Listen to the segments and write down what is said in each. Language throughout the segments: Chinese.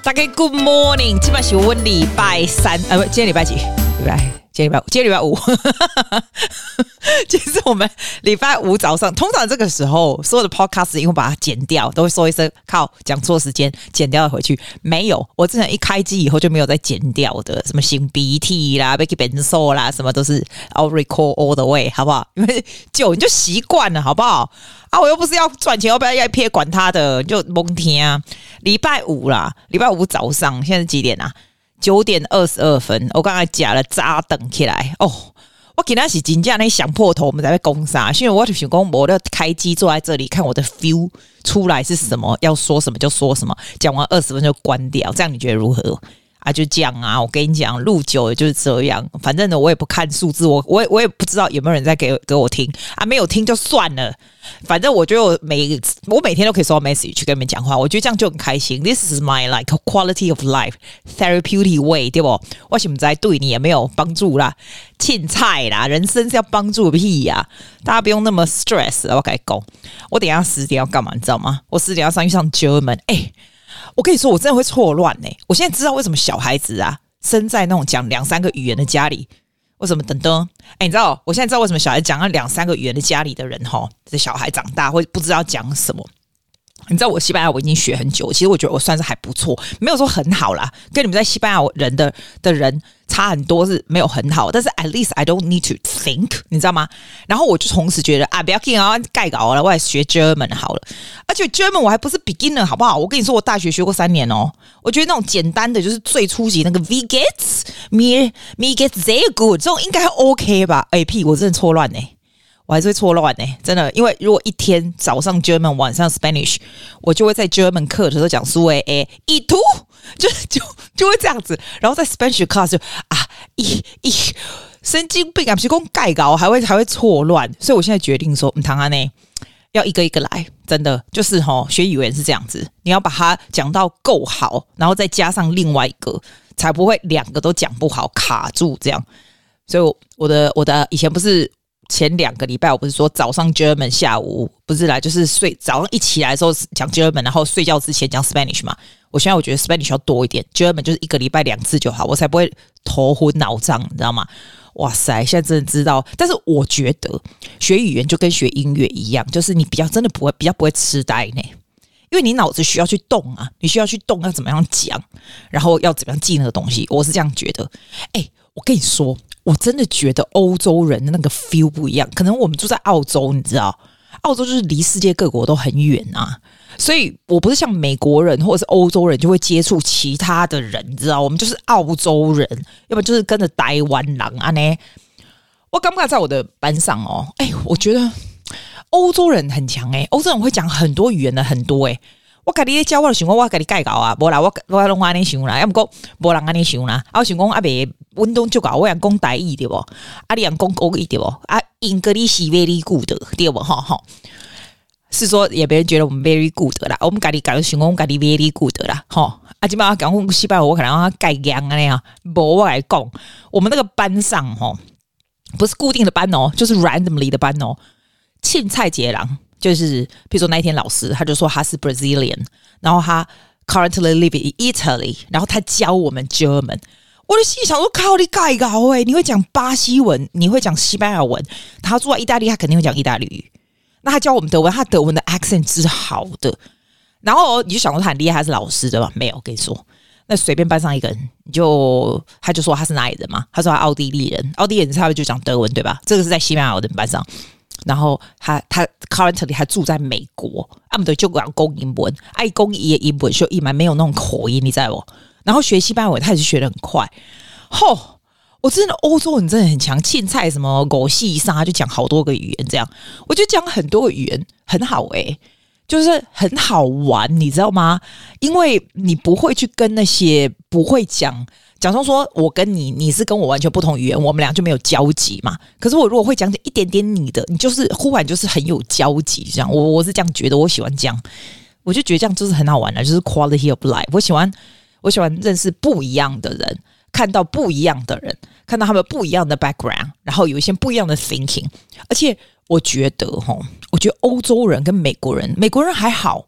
大家 Good morning， 基本上是我礼拜三，不，今天礼拜几？今天礼拜五，其实我们礼拜五早上，通常这个时候所有的 podcast 因为把它剪掉，都会说一声靠讲错时间，剪掉回去。没有，我之前一开机以后就没有再剪掉的，什么擤鼻涕啦、被变瘦啦，什么都是 I'll record all the way， 好不好？因为久你就习惯了，好不好？啊，我又不是要赚钱，要不要撇管他的，就蒙听啊。礼拜五啦，礼拜五早上，现在是几点啊？9:22，我刚才夹了早等起来哦。我今天是真正在想破头，我们才会攻杀。因为我就想讲，我的开机坐在这里看我的 feel 出来是什么，要说什么就说什么，讲完20分就关掉，这样你觉得如何？啊，就这样啊！我跟你讲，录久了就是这样。反正呢，我也不看数字，我也不知道有没有人在给我听啊。没有听就算了，反正我觉得我每天都可以收到 message 去跟你们讲话，我觉得这样就很开心。This is my like quality of life therapeutic way， 对不？我是不知道对你也没有帮助啦，凊彩啦，人生是要帮助的屁呀！大家不用那么 stress。我跟你讲，我等一下10点要干嘛？你知道吗？我10点要上去上 German，我跟你说，我真的会错乱欸！我现在知道为什么小孩子啊，生在那种讲2-3个语言的家里，为什么等等？你知道？我现在知道为什么小孩讲了2-3个语言的家里的人，这小孩长大会不知道讲什么。你知道我西班牙我已经学很久，其实我觉得我算是还不错，没有说很好啦，跟你们在西班牙人的人差很多，是没有很好，但是 at least I don't need to think， 你知道吗？然后我就同时觉得不要紧啊，盖稿了，我也学 German 好了，而且 German 我还不是 beginner 好不好？我跟你说，我大学学过3年哦，我觉得那种简单的就是最初级那个 Wie geht's mir geht's sehr gut 这种应该 OK 吧？屁，我真的错乱欸。我还是会错乱真的，因为如果一天早上 German 晚上 Spanish， 我就会在 German 课的时候讲苏一图就会这样子，然后在 Spanish class 就神经病啊，不是说盖稿还会错乱，所以我现在决定说唐安呢要一个一个来，真的就是学语言是这样子，你要把它讲到够好，然后再加上另外一个，才不会2个都讲不好卡住这样。所以我的以前不是。前2个礼拜我不是说早上 German 下午不是啦，就是早上一起来的时候讲 German， 然后睡觉之前讲 Spanish 嘛。我现在我觉得 Spanish 要多一点， German 就是1个礼拜2次就好，我才不会头昏脑胀，你知道吗？哇塞，现在真的知道。但是我觉得学语言就跟学音乐一样，就是你比较不会痴呆呢，因为你脑子需要去动啊，你需要去动要怎么样讲，然后要怎么样记那个东西，我是这样觉得。我跟你说，我真的觉得欧洲人的那个 feel 不一样，可能我们住在澳洲，你知道，澳洲就是离世界各国都很远啊，所以我不是像美国人或者是欧洲人就会接触其他的人，你知道，我们就是澳洲人，要不然就是跟着台湾人啊呢。我刚刚在我的班上我觉得欧洲人很强欧洲人会讲很多语言的很多我跟你教我的想讲，我跟你改稿啊，无啦，我拢安尼想啦，要不讲无人安尼想啦。我想讲袂，阮都就搞我人讲台语对不？你人讲国语对不？English very good 对不？是说也别人觉得我们 very good 啦，我们跟你讲想讲跟你 very good 啦，今摆讲西班牙我可能要改样安尼啊，无我来讲，我们那个班上不是固定的班就是 randomly 的班凊彩一个人。就是比如说那一天老师他就说他是 Brazilian， 然后他 currently live in Italy， 然后他教我们 German， 我就心里想说靠你改稿你会讲巴西文，你会讲西班牙文，他住在意大利他肯定会讲意大利语，那他教我们德文，他德文的 accent 是好的，然后你就想说他很厉害，他是老师对吧？没有，我跟你说那随便班上一个人他就说他是哪里人嘛，他说他奥地利人，奥地利人他就讲德文对吧？这个是在西班牙的班上，然后他 currently 还住在美国，们就讲英文，爱讲伊的英文就一蛮没有那种口音，你知道不？然后学西班牙文他也是学得很快。我真的欧洲人真的很强，凊彩什么狗戏上他就讲好多个语言这样，我觉得讲很多个语言很好就是很好玩，你知道吗？因为你不会去跟那些不会讲说我跟你是跟我完全不同语言，我们俩就没有交集嘛。可是我如果会讲一点点你的，你就是忽然就是很有交集这样。我是这样觉得，我喜欢这样，我就觉得这样就是很好玩的，就是 quality of life。我喜欢认识不一样的人，看到不一样的人，看到他们不一样的 background， 然后有一些不一样的 thinking。而且我觉得欧洲人跟美国人还好。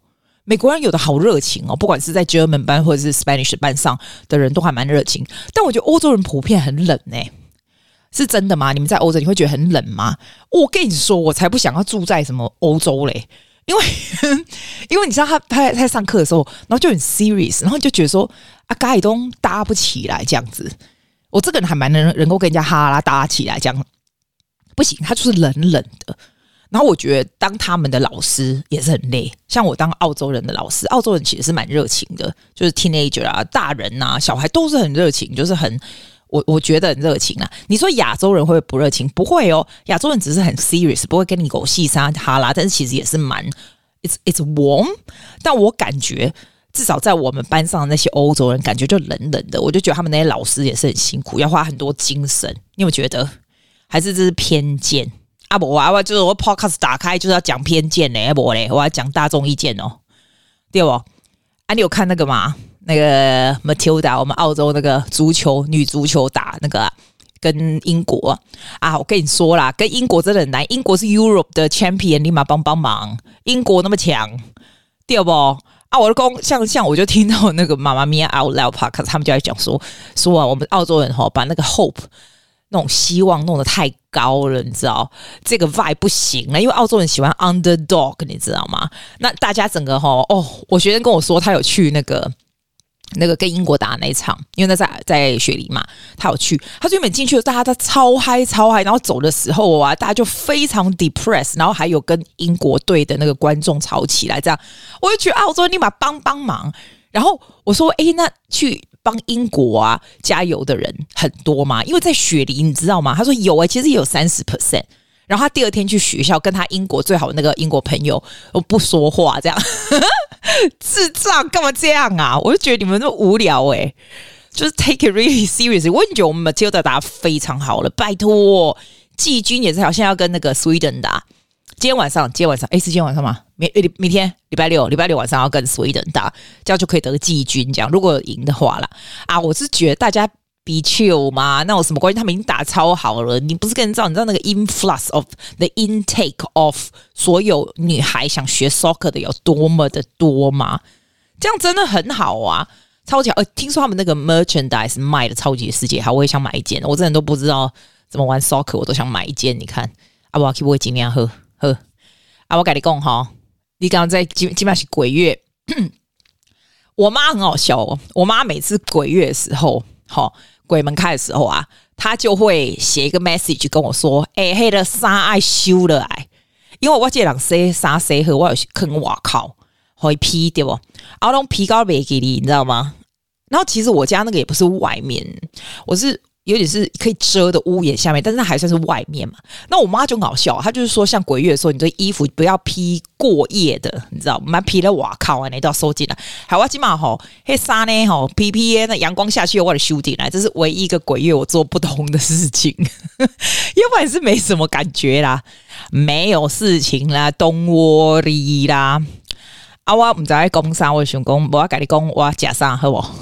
美国人有的好热情哦，不管是在 German 班或者是 Spanish 班上的人都还蛮热情，但我觉得欧洲人普遍很冷欸。是真的吗？你们在欧洲你会觉得很冷吗？我跟你说，我才不想要住在什么欧洲嘞，因为你知道他在上课的时候，然后就很 serious， 然后就觉得说啊，嘎里东搭不起来这样子。我这个人还蛮能够跟人家哈拉搭起来，这样不行，他就是冷冷的。然后我觉得当他们的老师也是很累，像我当澳洲人的老师，澳洲人其实是蛮热情的，就是 teenager 啊、大人啊、小孩都是很热情，就是很。我觉得很热情啦。你说亚洲人会不会不热情？不会哦，亚洲人只是很 serious， 不会跟你狗戏沙哈拉，但是其实也是蛮 it's warm。但我感觉至少在我们班上的那些欧洲人，感觉就冷冷的。我就觉得他们那些老师也是很辛苦，要花很多精神。你有没有觉得？还是这是偏见？啊不，我就是我 podcast 打开就是要讲偏见嘞，不嘞，我要讲大众意见哦，对不？啊，你有看那个吗？那个 Matilda， 我们澳洲那个女足球打那个跟英国啊，我跟你说啦，跟英国真的很难。英国是 Europe 的 champion， 立马帮忙。英国那么强，对不？啊，我的公像我就听到那个妈妈咪呀 Out Loud Podcast， 他们就在讲说啊，我们澳洲人把那个 hope 那种希望弄得太高了，你知道这个 vibe 不行了，因为澳洲人喜欢 underdog， 你知道吗？那大家整个我学生跟我说他有去那个跟英国打那一场，因为那在雪梨嘛，他有去，他原本进去的大家都超嗨，然后走的时候啊，大家就非常 depressed， 然后还有跟英国队的那个观众吵起来，这样我就觉得澳洲立马帮忙，然后我说那去帮英国啊加油的人很多吗？因为在雪梨你知道吗？他说有其实也有 30%。然后他第二天去学校跟他英国最好的那个英国朋友不说话，这样智障干嘛这样啊？我就觉得你们那么无聊就是 take it really seriously。我已经觉得我们 Matilda 打得非常好了，拜托，季军也是好像要跟那个 Sweden 打。今天晚上是今天晚上吗？明天礼拜六晚上要跟 Sweden 打，这样就可以得季军。这样如果赢的话啦，啊，我是觉得大家。比球嘛，那有什么关系？他们已经打超好了。你不是跟人知道？你知道那个 influx of the intake of 所有女孩想学 soccer 的有多么的多吗？这样真的很好啊，超级好。听说他们那个 merchandise 卖的超级世界好，我也想买一件。我真的都不知道怎么玩 soccer， 我都想买一件。你看，啊，我去我尽量喝。啊，我跟你讲哈，你刚刚在基本上是鬼月，我妈很好笑哦。我妈每次鬼月的时候，鬼门开的时候啊，他就会写一个 message 跟我说：“那个衫爱修了因为我这人洗衫洗好，我有坑外靠，会批对不？然后弄皮膏没给你知道吗？然后其实我家那个也不是外面，我是有点是可以遮的屋檐下面，但是它还算是外面嘛。那我妈就搞笑，她就是说，像鬼月的时候，你这衣服不要披过夜的，你知道吗？披了瓦靠啊，你都要收进来。还我起码黑纱呢披那阳光下去，我得收进来，这是唯一一个鬼月我做不同的事情，要不然是没什么感觉啦，没有事情啦，Don't worry 啦。啊，我唔知道讲啥，我想讲，我跟你讲，我吃啥好不好？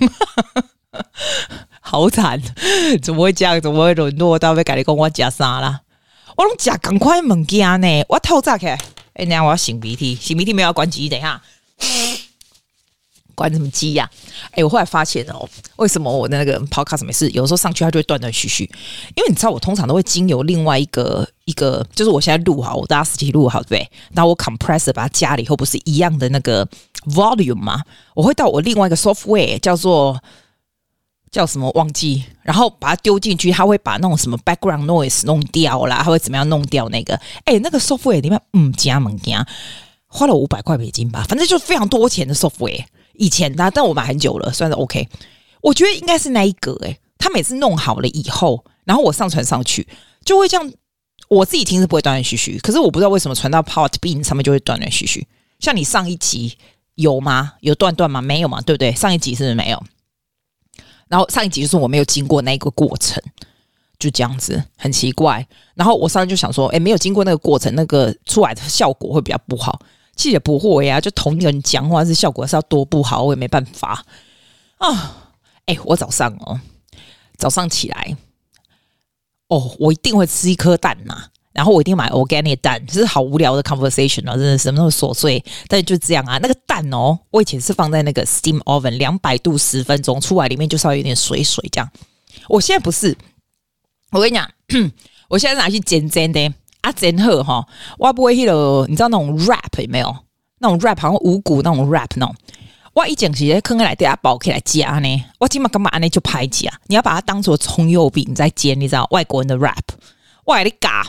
好惨，怎么会这样？怎么会沦落到要跟你讲我吃啥啦？我拢吃赶快物件呢，我透早起来，等下我要擤鼻涕，擤鼻涕没有要关机，等一下，关什么机呀？我后来发现为什么我的那个 podcast 没事，有时候上去它就会断断续续，因为你知道我通常都会经由另外一个，就是我现在录好，我大家实际录好对不对？然后我 compressor 把它加了以后，不是一样的那个 volume 吗？我会到我另外一个 software 叫什么忘记，然后把它丢进去，它会把那种什么 background noise 弄掉啦，它会怎么样弄掉那个？那个 software 里面加物件，花了500块美金吧，反正就非常多钱的 software。以前的，但我买很久了，算是 OK。我觉得应该是那一个他每次弄好了以后，然后我上传上去，就会这样。我自己听是不会断断续续，可是我不知道为什么传到 Podbean 上面就会断断续续。像你上一集有吗？有断吗？没有嘛，对不对？上一集是不是没有？然后上一集就是我没有经过那个过程，就这样子很奇怪。然后我上次就想说，没有经过那个过程，那个出来的效果会比较不好。其实也不会就同一个人讲话是效果是要多不好，我也没办法啊。我早上起来我一定会吃一颗蛋呐。 然后我一定买 organic 蛋，这是好无聊的 conversation 啊，真的是那么琐碎，但是就这样啊。那个蛋哦，我以前是放在那个 steam oven 200度10分钟，出来里面就稍微有点水水这样。我现在不是，我跟你讲，我现在拿去煎的啊，煎好哈，我不会你知道那种 wrap 有没有？那种 wrap 好像五谷那种 wrap 那种。我以前是在坑来底下包起来夹呢，我今嘛干嘛安尼就拍夹？你要把它当做葱油饼在煎，你知道外国人的 wrap。我来你嘎，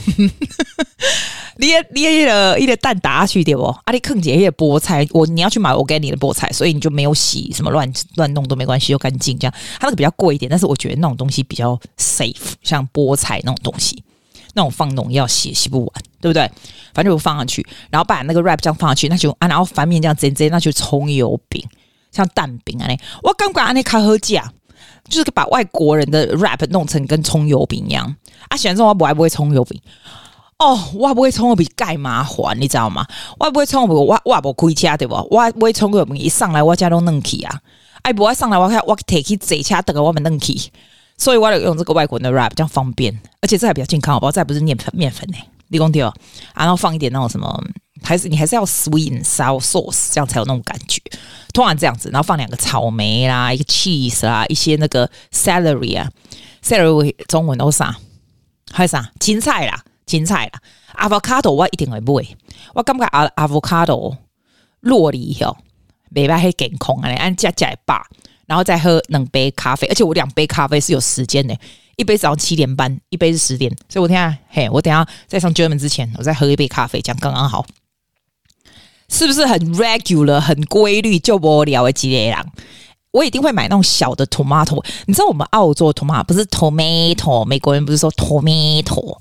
你一个蛋打下去对不？啊，你坑一个菠菜，你要去买organic的菠菜，所以你就没有洗什么乱弄都没关系，又干净这样。它那个比较贵一点，但是我觉得那种东西比较 safe， 像菠菜那种东西，那种放农药洗不完，对不对？反正就放上去，然后把那个 wrap 这样放上去，那就然后翻面这样煎，那就葱油饼，像蛋饼啊，我感觉安尼较好吃。就是把外国人的 wrap 弄成跟葱油饼一样啊！喜欢这种我不会葱油饼哦，我不会葱油饼盖麻烦，你知道吗？我不会葱油饼，我不开车对不？我不会葱油饼一上来我家都弄起啊！哎，不会上来我提起坐车等我们弄起，所以我就用这个外国人的 wrap 这样方便，而且这还比较健康，好不好？这还不是面粉呢，你讲对哦。然后放一点那种什么，你还是要 sweet and sour sauce， 这样才有那种感觉。通常这样子，然后放2个草莓啦，一个 cheese 啦，一些那个 celery 啊 ，celery 中文都啥？还有啥？芹菜啦 ，avocado 我一定会买。我感觉 avocado 酪梨哦，袂歹很健康啊，按加会饱，然后再喝2杯咖啡，而且我2杯咖啡是有时间的，一杯早上7点半，一杯是10点，所以我等一下在上 German 之前，我再喝一杯咖啡，这样刚刚好。是不是很 regular 很规律就无聊的一个人？我一定会买那种小的 tomato。你知道我们澳洲 tomato 不是 tomato， 美国人不是说 tomato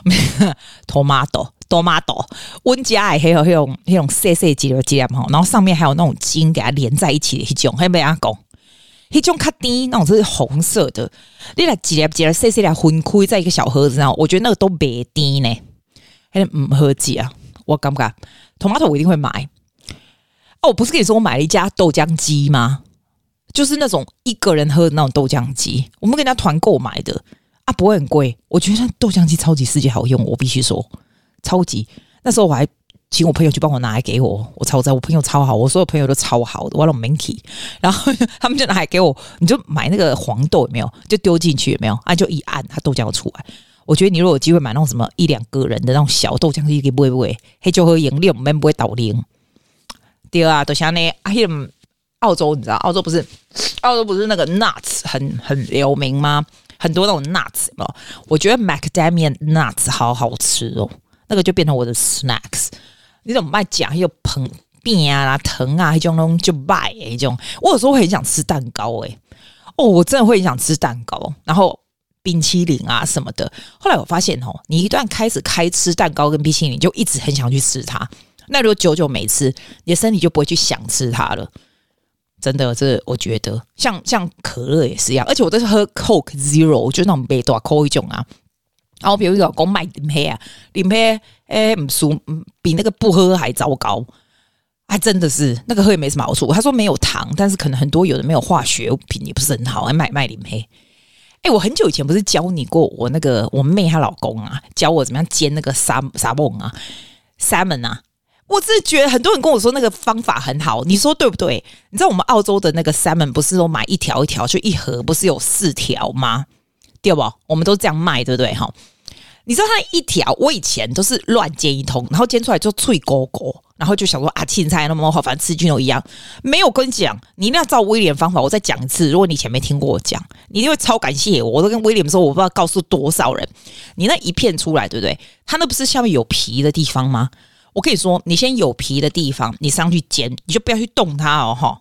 温家的那种细细几粒嘛，然后上面还有那种筋给它连在一起的那种，还没人讲。那种较低那种是红色的，你来几粒细细来分开在一个小盒子上，我觉得那个都袂低呢，还不好吃啊。我感觉 tomato 我一定会买。哦，我不是跟你说我买了一家豆浆机吗？就是那种一个人喝的那种豆浆机，我们跟人家团购买的啊，不会很贵。我觉得豆浆机超级世界好用，我必须说超级。那时候我还请我朋友去帮我拿来给我，我超赞，我朋友超好，我所有朋友都超好的，我让 Minky， 然后他们就拿来给我，你就买那个黄豆有没有？就丢进去有没有？啊，就一按，它豆浆就出来。我觉得你如果有机会买那种什么1-2个人的那种小豆浆机，可以不会，黑就喝饮料，我们不会倒零。对啊，就像那澳洲，你知道澳洲不是那个 nuts 很有名吗？很多那种 nuts 有没有？我觉得 macadamia nuts 好好吃哦，那个就变成我的 snacks。你怎么卖讲又膨变啊、疼啊，那种东西就卖那种。我有时候会很想吃蛋糕哦，我真的会很想吃蛋糕，然后冰淇淋啊什么的。后来我发现你一旦开始吃蛋糕跟冰淇淋，就一直很想去吃它。那如果久久没吃，你的身体就不会去想吃它了。真的，这我觉得像可乐也是一样，而且我都是喝 Coke Zero， 就那种杯大口一种啊。然后比如说讲买零黑啊，零黑不输，比那个不喝还糟糕。还真的是那个喝也没什么好处。他说没有糖，但是可能很多有的没有化学品也不是很好，还买零黑。我很久以前不是教你过我妹她老公啊，教我怎么样煎那个沙梦啊 salmon 啊。我真的觉得很多人跟我说那个方法很好，你说对不对？你知道我们澳洲的那个 salmon 不是都买一条一条，就一盒不是有4条吗？对不？我们都这样卖，对不对？你知道它一条，我以前都是乱煎一通，然后煎出来就脆勾勾，然后就想说啊，青菜那么好，反正吃菌都一样。没有跟你讲，你一定要照威廉方法，我再讲一次。如果你以前没听过我讲，你一定会超感谢我。我都跟威廉说，我不知道告诉多少人，你那一片出来，对不对？它那不是下面有皮的地方吗？我跟你说，你先有皮的地方，你上去煎，你就不要去动它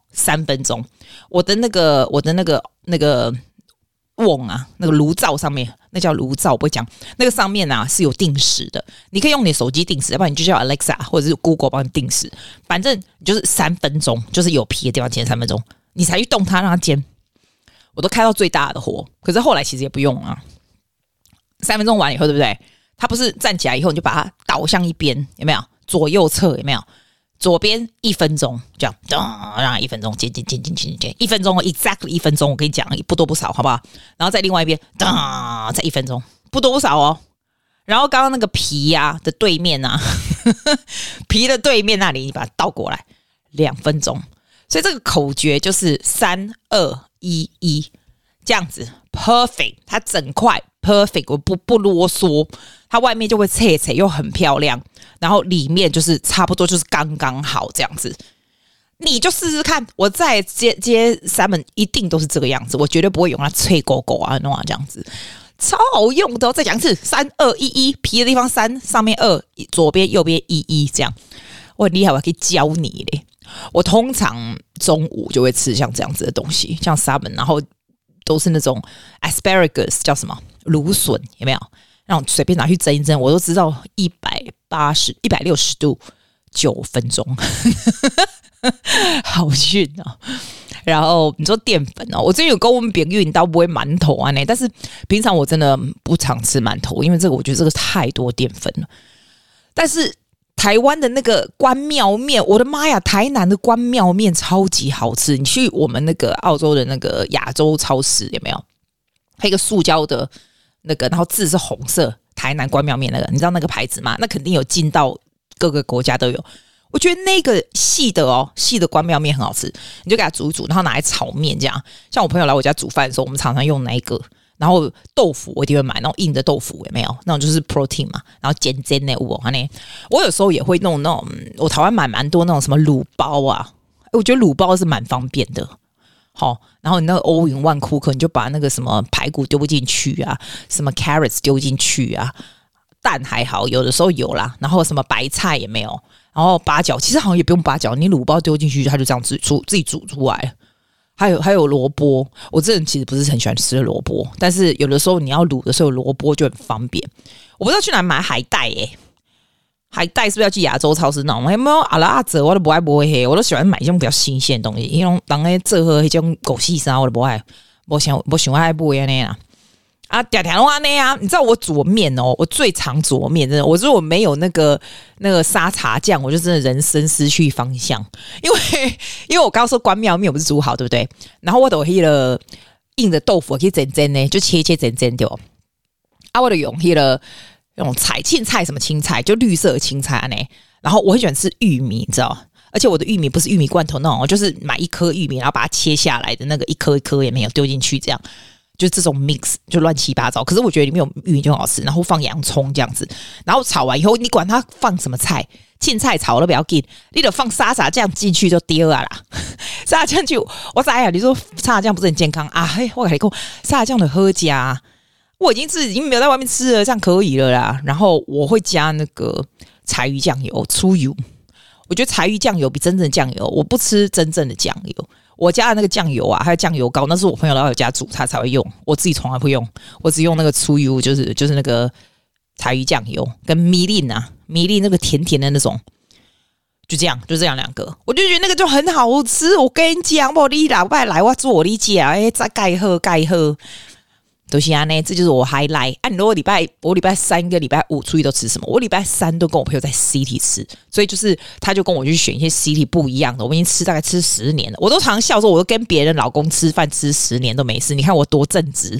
3分钟。我的那个瓮啊，那个炉灶上面，那叫炉灶，我不会讲。那个上面啊是有定时的，你可以用你的手机定时，要不然你就叫 Alexa 或者是 Google 帮你定时。反正就是3分钟，就是有皮的地方煎3分钟，你才去动它让它煎。我都开到最大的火，可是后来其实也不用啊。3分钟完以后，对不对？它不是站起来以后你就把它倒向一边，有没有？左右侧有没有？左边1分钟，这样，让1分钟煎，1分钟 exactly 1分钟，我跟你讲，不多不少，好不好？然后在另外一边，再1分钟，不多不少哦。 然后刚刚那个皮啊的对面啊，皮的对面那里，你把它倒过来，2分钟。所以这个口诀就是3、2、1、1这样子 ，perfect。它整块 perfect， 我不啰嗦，它外面就会脆脆又很漂亮，然后里面就是差不多就是刚刚好这样子。你就试试看，我再接salmon一定都是这个样子，我绝对不会用它脆狗狗啊弄啊这样子。超好用的哦！再讲一次，3、2、1、1，皮的地方3，上面2，左边右边1这样。我很厉害，我还可以教你嘞。我通常中午就会吃像这样子的东西，像 salmon， 然后都是那种 asparagus 叫什么芦笋，有没有？那种随便拿去蒸一蒸，我都知道160度9分钟，好逊哦。然后你说淀粉哦，我最近有跟我们朋友倒不会馒头啊呢，但是平常我真的不常吃馒头，因为这个我觉得这个太多淀粉了。但是台湾的那个关庙面，我的妈呀，台南的关庙面超级好吃。你去我们那个澳洲的那个亚洲超市有没有？还有一个塑胶的那个，然后字是红色，台南关庙面那个，你知道那个牌子吗？那肯定有进到各个国家都有。我觉得那个细的关庙面很好吃，你就给它煮一煮，然后拿来炒面这样。像我朋友来我家煮饭的时候，我们常常用那一个。然后豆腐我一定会买那种硬的豆腐，有没有？那种就是 protein 嘛。然后煎的我有时候也会弄那种，我台湾买蛮多那种什么卤包啊，我觉得卤包是蛮方便的。好，然后你那个欧云万库克，你就把那个什么排骨丢进去啊，什么 carrots 丢进去啊，蛋还好，有的时候有啦。然后什么白菜也没有。然后八角其实好像也不用八角，你卤包丢进去，它就这样自己煮出来了。还有萝卜，我这人其实不是很喜欢吃萝卜，但是有的时候你要卤的时候，萝卜就很方便。我不知道去哪买海带海带是不是要去亚洲超市弄？有没有阿拉折我都不爱买黑，我都喜欢买这种比较新鲜的东西，因为当那这和那种狗细沙我都不爱，我喜欢爱买那样啦。啊，嗲嗲的话那样，你知道我煮面哦，我最常煮面，真的，我说我没有那个沙茶酱，我就真的人生失去方向，因为我刚刚说关庙面我不是煮好对不对？然后我都黑了硬的豆腐可以蒸呢，就切蒸掉。啊，我都用黑了那种青菜什么青菜，就绿色的青菜呢。然后我很喜欢吃玉米，你知道？而且我的玉米不是玉米罐头那种，就是买一颗玉米，然后把它切下来的那个一颗一颗也没有丢进去这样。就这种 mix 就乱七八糟，可是我觉得里面有玉米就很好吃，然后放洋葱这样子，然后炒完以后，你管它放什么菜，青菜炒了不要紧，你得放沙茶酱进去就丢啊啦。沙茶酱就我知呀，你说沙茶酱不是很健康啊？嘿，我跟你说，沙茶酱的喝加，我已经没有在外面吃了，这样可以了啦。然后我会加那个柴鱼酱油、粗油，我觉得柴鱼酱油比真正的酱油，我不吃真正的酱油。我加的那个酱油啊，还有酱油膏，那是我朋友来我家煮，他才会用。我自己从来不用，我只用那个粗油，就是那个柴鱼酱油跟米粒那个甜甜的那种，就这样2个，我就觉得那个就很好吃。我跟你讲，我你老拜来我做你家，再盖喝。都是啊，这就是我 highlight。你如果我礼拜3跟礼拜5出去都吃什么？我礼拜3都跟我朋友在 City 吃，所以就是他就跟我去选一些 City 不一样的。我们已经大概吃10年了，我都常笑说，我都跟别人老公吃饭吃10年都没事。你看我多正直，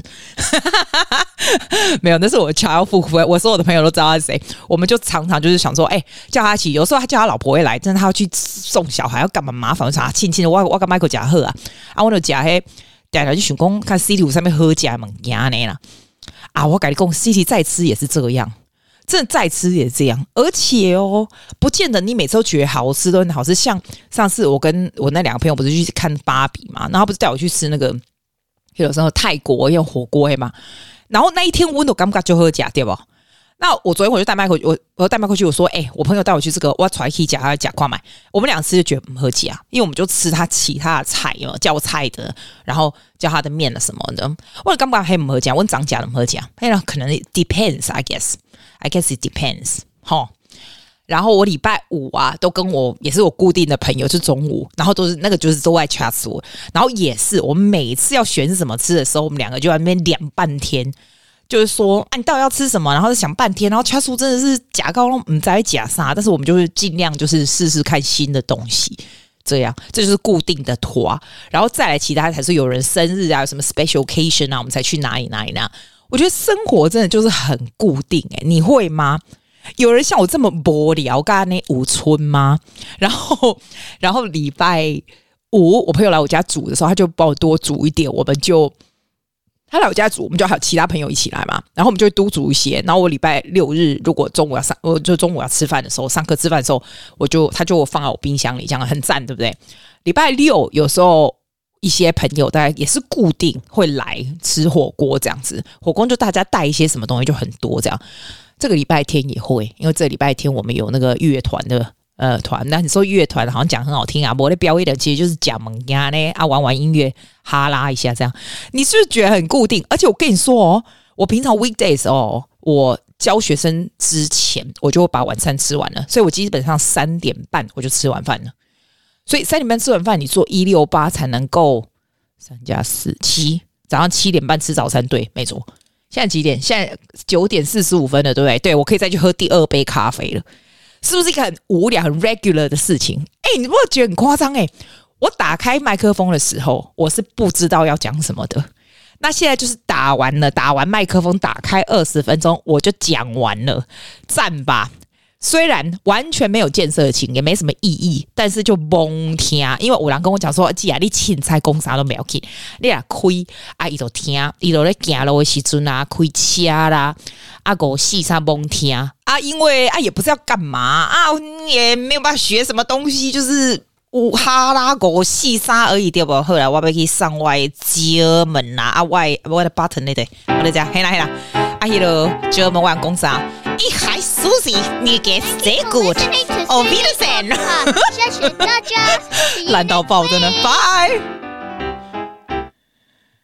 没有，那是我childhood，我所有的朋友都知道他是谁。我们就常常就是想说，叫他一起。有时候他叫他老婆会来，真的他要去送小孩，要干嘛麻烦？我说亲我跟 Michael 假喝啊，我就假黑。带来就想讲看 City 上面喝假物件呢啦啊！我跟你讲 City 再吃也是这样，真的再吃也是这样，而且不见得你每次都觉得好吃都很好吃。像上次我跟我那2个朋友不是去看芭比嘛，然后他不是带我去吃那个有时候泰国用火锅嘛，然后那一天我都感觉就喝假对不？那我昨天我就带麦克，我带麦克去，我说，我朋友带我去这个，我出来可以假，他假快买。我们2次就觉得不合假，因为我们就吃他其他的菜，有叫菜的，然后叫他的面了什么的。我感觉还不合假，我涨价的不合假，可能 depends，I guess it depends， 齁。然后我礼拜5啊，都跟我也是我固定的朋友，就中午，然后都是那个就是都在 chat 我，然后也是我们每次要选什么吃的时候，我们2个就在那边聊半天。就是说，你到底要吃什么？然后想半天，然后掐出真的是假高不知道假啥，但是我们就是尽量就是试试看新的东西，这样这就是固定的团，然后再来其他才是有人生日啊，有什么 special occasion 啊，我们才去哪里。 我觉得生活真的就是很固定你会吗？有人像我这么无聊干那五春吗？然后礼拜五我朋友来我家煮的时候，他就帮我多煮一点，他来我家煮，我们就还有其他朋友一起来嘛，然后我们就会多煮一些。然后我礼拜六日如果中午要吃饭的时候，上课吃饭的时候，他就放在我冰箱里，这样很赞，对不对？礼拜六有时候一些朋友大概也是固定会来吃火锅这样子，火锅就大家带一些什么东西就很多这样。这个礼拜天也会，因为这个礼拜天我们有那个乐团的团，那你说乐团好像讲很好听啊，我的表演的其实就是讲萌呀呢啊，玩音乐哈拉一下这样，你是不是觉得很固定？而且我跟你说我平常 weekdays 我教学生之前我就会把晚餐吃完了，所以我基本上3点半我就吃完饭了。所以3点半吃完饭，你做168才能够3加4 7，早上7点半吃早餐，对，没错。现在几点？现在9点45分了，对不对？对，我可以再去喝第2杯咖啡了。是不是一个很无聊、很 regular 的事情？你不会觉得很夸张？我打开麦克风的时候，我是不知道要讲什么的。那现在就是打完麦克风，打开20分钟，我就讲完了，赞吧！虽然完全没有建设性，也没什么意义，但是就懵听。因为有人跟我讲说，姐啊，你凊彩讲啥都不要紧，你若开啊，伊就听，伊就咧行路的时阵啊，开车啦，啊5、4、3懵听啊，因为也不是要干嘛啊，也没有办法学什么东西，就是有哈拉5、4、3而已，对不？后来我要去上我的German啦，我的 button 那对，我在讲，嘿啦，迄个German 我讲啥？Ich heiße Susi, mir geht's sehr gut. Auf Wiedersehen. 谢谢大家， 烂到爆，真的，拜。